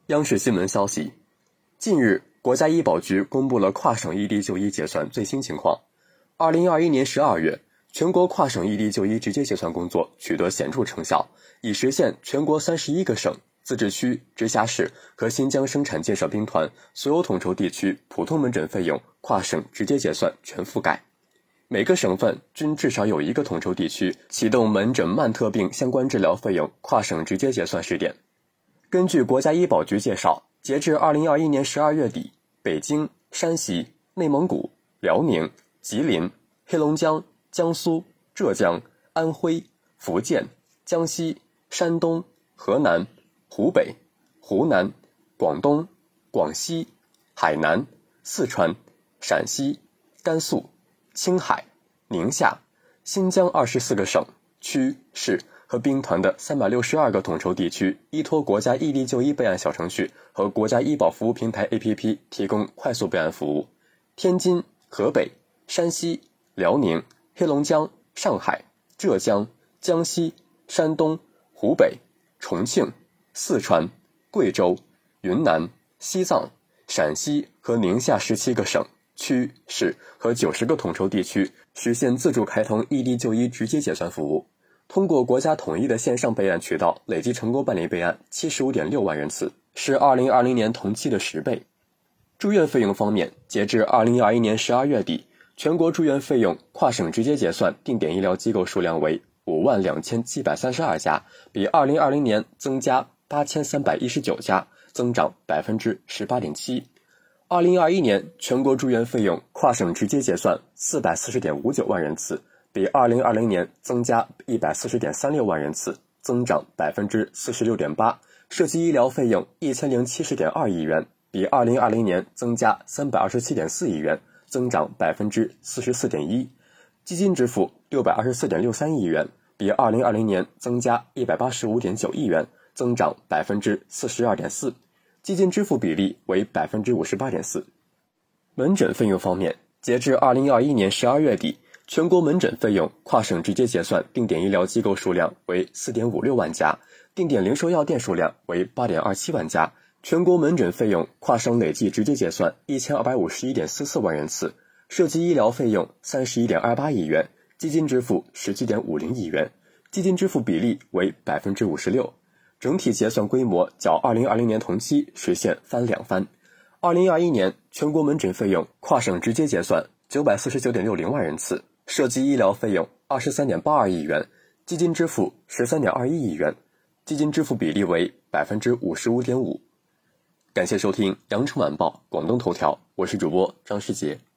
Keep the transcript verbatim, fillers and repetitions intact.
央视新闻消息，近日，国家医保局公布了跨省异地就医结算最新情况。二零二一年十二月，全国跨省异地就医直接结算工作取得显著成效，已实现全国三十一个省、自治区、直辖市和新疆生产建设兵团所有统筹地区普通门诊费用跨省直接结算全覆盖。每个省份均至少有一个统筹地区启动门诊慢特病相关治疗费用跨省直接结算试点。根据国家医保局介绍，截至二零二一年十二月底，北京、山西、内蒙古、辽宁、吉林、黑龙江、江苏、浙江、安徽、福建、江西、山东、河南、湖北、湖南、广东、广西、海南、四川、陕西、甘肃、青海、宁夏、新疆二十四个省、区、市和兵团的三百六十二个统筹地区，依托国家异地就医备案小程序和国家医保服务平台 A P P 提供快速备案服务。天津、河北、山西、辽宁、黑龙江、上海、浙江、江西、山东、湖北、重庆、四川、贵州、云南、西藏、陕西和宁夏十七个省、区、市和九十个统筹地区实现自主开通异地就医直接结算服务。通过国家统一的线上备案渠道，累计成功办理备案 七十五点六万人次，是二零二零年同期的十倍。住院费用方面，截至二零二一年十二月底，全国住院费用跨省直接结算定点医疗机构数量为五万两千七百三十二家，比二零二零年增加八千三百一十九家，增长 百分之十八点七。二零二一年全国住院费用跨省直接结算四百四十点五九万人次，比二零二零年增加一百四十点三六万人次，增长 百分之四十六点八。涉及医疗费用一千零七十点二亿元，比二零二零年增加三百二十七点四亿元，增长 百分之四十四点一。基金支付六百二十四点六三亿元，比二零二零年增加一百八十五点九亿元，增长 百分之四十二点四。基金支付比例为 百分之五十八点四。门诊费用方面，截至二零二一年十二月底，全国门诊费用跨省直接结算定点医疗机构数量为 四点五六万家，定点零售药店数量为 八点二七万家，全国门诊费用跨省累计直接结算一千二百五十一点四四万人次，涉及医疗费用 三十一点二八亿元，基金支付 十七点五零亿元，基金支付比例为 百分之五十六。整体结算规模较二零二零年同期实现翻两番。二零二一年全国门诊费用跨省直接结算九百四十九点六零万人次，涉及医疗费用 二十三点八二亿元，基金支付 十三点二一亿元，基金支付比例为 百分之五十五点五。感谢收听羊城晚报广东头条，我是主播张世杰。